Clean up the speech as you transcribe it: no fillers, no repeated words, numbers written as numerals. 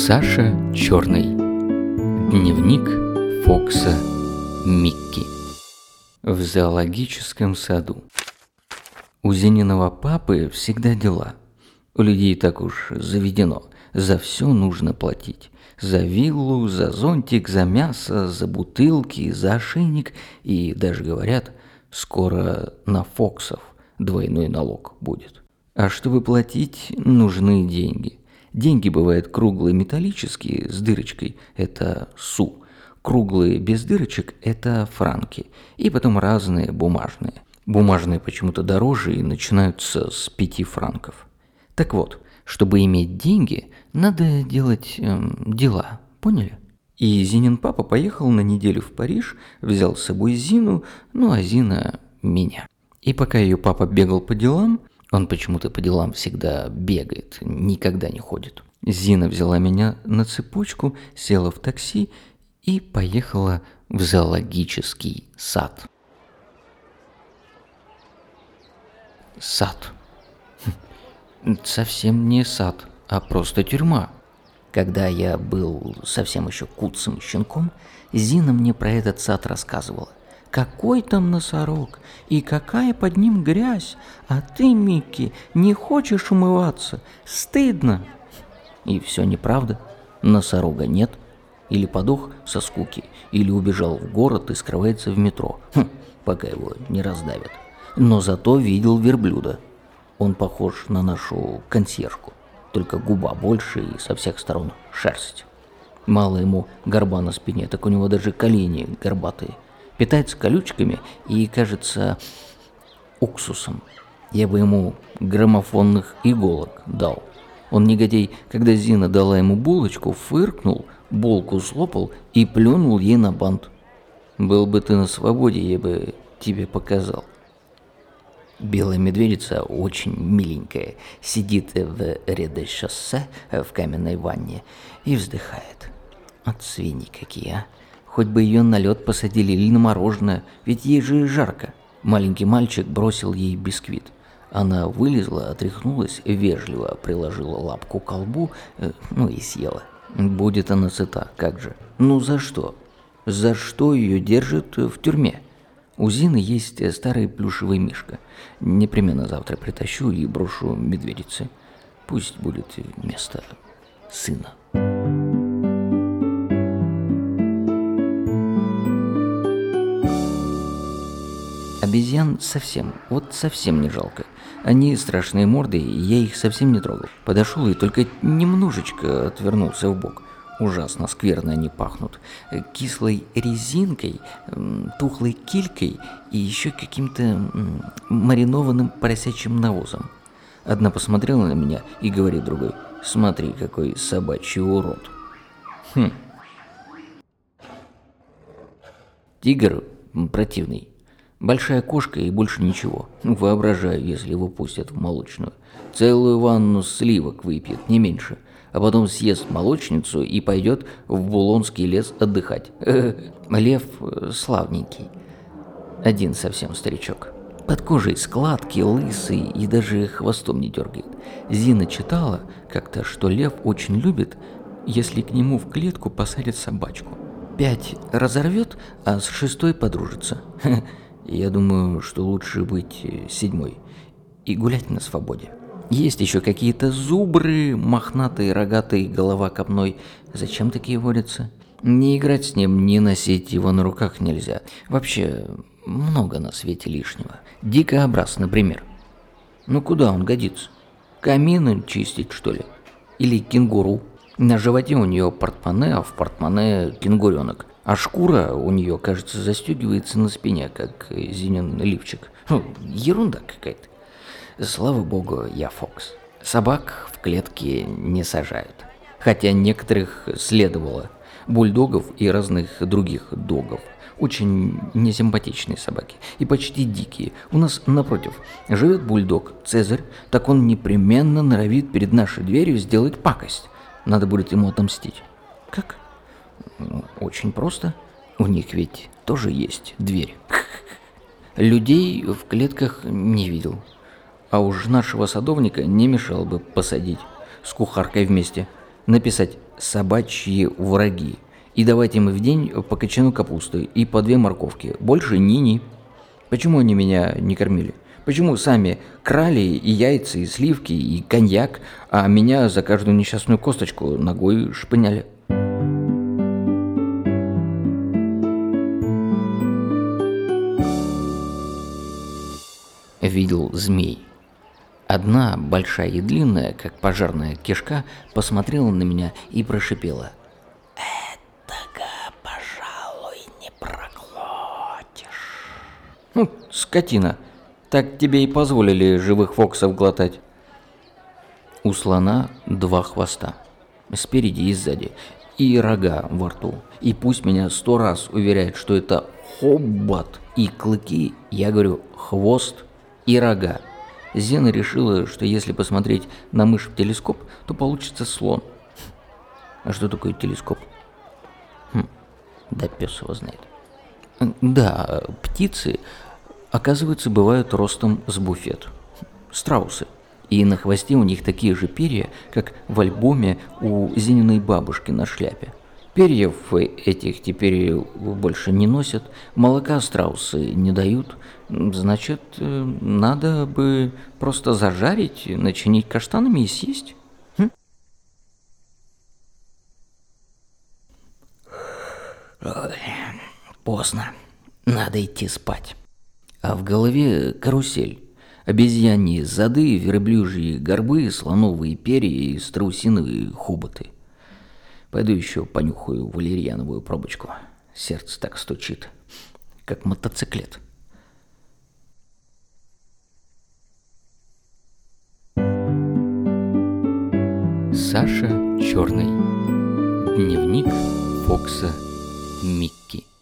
Саша Черный. Дневник Фокса Микки. В зоологическом саду. У Зининого папы всегда дела. У людей так уж заведено. За все нужно платить. За виллу, за зонтик, за мясо, за бутылки, за ошейник. И даже говорят, скоро на Фоксов двойной налог будет. А чтобы платить, нужны деньги. Деньги бывают круглые металлические с дырочкой – это су. Круглые без дырочек – это франки. И потом разные бумажные. Бумажные почему-то дороже и начинаются с 5 франков. Так вот, чтобы иметь деньги, надо делать дела, поняли? И Зинин папа поехал на неделю в Париж, взял с собой Зину, а Зина – меня. И пока ее папа бегал по делам, он почему-то по делам всегда бегает, никогда не ходит. Зина взяла меня на цепочку, села в такси и поехала в зоологический сад. Сад. Совсем не сад, а просто тюрьма. Когда я был совсем еще куцым щенком, Зина мне про этот сад рассказывала. Какой там носорог и какая под ним грязь, а ты, Микки, не хочешь умываться, стыдно. И все неправда, носорога нет, или подох со скуки, или убежал в город и скрывается в метро, пока его не раздавят. Но зато видел верблюда, он похож на нашу консьержку, только губа больше и со всех сторон шерсть. Мало ему горба на спине, так у него даже колени горбатые. Питается колючками и, кажется, уксусом. Я бы ему граммофонных иголок дал. Он, негодяй, когда Зина дала ему булочку, фыркнул, булку слопал и плюнул ей на бант. Был бы ты на свободе, я бы тебе показал. Белая медведица очень миленькая, сидит в редо-шоссе в каменной ванне и вздыхает. От свиньи какие, а! Хоть бы ее на лед посадили или на мороженое, ведь ей же жарко. Маленький мальчик бросил ей бисквит. Она вылезла, отряхнулась, вежливо приложила лапку к колбу, и съела. Будет она сыта, как же. За что? За что ее держат в тюрьме? У Зины есть старый плюшевый мишка. Непременно завтра притащу и брошу медведице. Пусть будет вместо сына. Обезьян совсем не жалко. Они страшные морды, и я их совсем не трогал. Подошел и только немножечко отвернулся вбок. Ужасно скверно они пахнут. Кислой резинкой, тухлой килькой и еще каким-то маринованным поросячьим навозом. Одна посмотрела на меня и говорит другой: «Смотри, какой собачий урод». Тигр противный. Большая кошка и больше ничего. Воображаю, если его пустят в молочную. Целую ванну сливок выпьет, не меньше. А потом съест молочницу и пойдет в Булонский лес отдыхать. Лев славненький. Один совсем старичок. Под кожей складки, лысый и даже хвостом не дергает. Зина читала как-то, что лев очень любит, если к нему в клетку посадят собачку. 5 разорвет, а с 6 подружится. Я думаю, что лучше быть 7 и гулять на свободе. Есть еще какие-то зубры, мохнатые, рогатые, голова копной. Зачем такие водятся? Не играть с ним, не носить его на руках нельзя. Вообще, много на свете лишнего. Дикобраз, например. Куда он годится? Камины чистить, что ли? Или кенгуру? На животе у нее портмоне, а в портмоне кенгуренок. А шкура у нее, кажется, застегивается на спине, как Зинин лифчик. Ерунда какая-то. Слава богу, я Фокс. Собак в клетке не сажают. Хотя некоторых следовало. Бульдогов и разных других догов. Очень несимпатичные собаки. И почти дикие. У нас, напротив, живет бульдог Цезарь. Так он непременно норовит перед нашей дверью сделать пакость. Надо будет ему отомстить. Как? Очень просто. У них ведь тоже есть дверь. Людей в клетках не видел. А уж нашего садовника не мешало бы посадить с кухаркой вместе. Написать собачьи враги. И давать им в день по кочану капусты и по 2 морковки. Больше ни-ни. Почему они меня не кормили? Почему сами крали и яйца, и сливки, и коньяк, а меня за каждую несчастную косточку ногой шпыняли? Видел змей. Одна, большая и длинная, как пожарная кишка, посмотрела на меня и прошипела: «Этого, пожалуй, не проглотишь». Ну, скотина, так тебе и позволили живых фоксов глотать. У слона 2 хвоста, спереди и сзади, и рога во рту. И пусть меня 100 раз уверяют, что это хобот и клыки, я говорю хвост и рога. Зена решила, что если посмотреть на мышь в телескоп, то получится слон. А что такое телескоп? Да пес его знает. Да, птицы, оказывается, бывают ростом с буфет. Страусы. И на хвосте у них такие же перья, как в альбоме у Зениной бабушки на шляпе. Перьев этих теперь больше не носят, молока страусы не дают. Значит, надо бы просто зажарить, начинить каштанами и съесть. Ой, поздно, надо идти спать. А в голове карусель. Обезьяньи зады, верблюжьи горбы, слоновые перья и страусиновые хоботы. Пойду еще понюхаю валерьяновую пробочку. Сердце так стучит, как мотоциклет. Саша Черный. Дневник Фокса Микки.